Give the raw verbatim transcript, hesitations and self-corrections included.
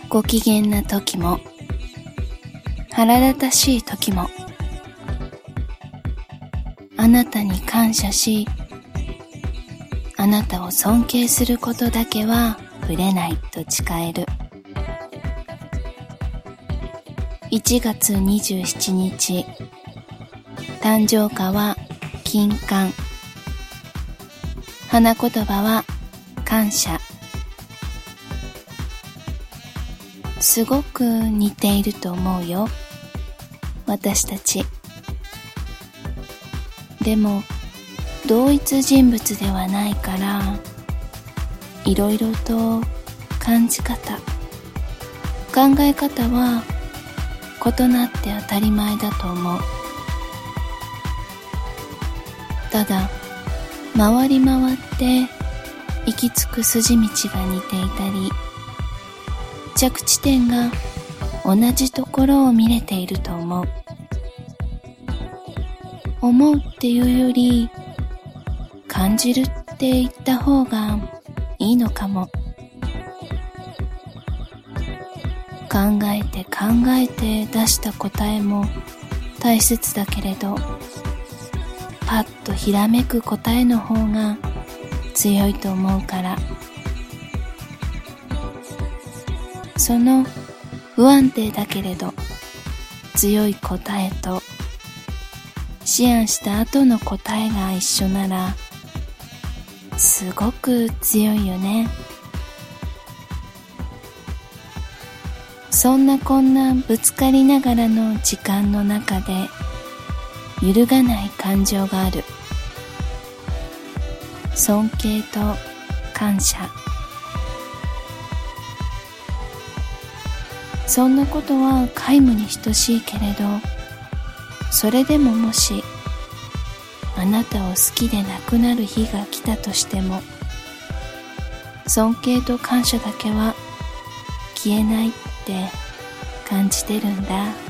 ご機嫌な時も腹立たしい時もあなたに感謝し、あなたを尊敬することだけはぶれないと誓える。いちがつにじゅうしちにち、誕生花は金柑、花言葉は感謝。すごく似ていると思うよ、私たち。でも同一人物ではないから、いろいろと感じ方、考え方は異なって当たり前だと思う。ただ回り回って行き着く筋道が似ていたり、着地点が同じところを見れていると思う。思うっていうより感じるって言った方がいいのかも。考えて考えて出した答えも大切だけれど、パッとひらめく答えの方が強いと思うから。その不安定だけれど強い答えと思案した後の答えが一緒ならすごく強いよね。そんなこんなぶつかりながらの時間の中で揺るがない感情がある。尊敬と感謝。そんなことは皆無に等しいけれど、それでももしあなたを好きでなくなる日が来たとしても、尊敬と感謝だけは消えないって感じてるんだ。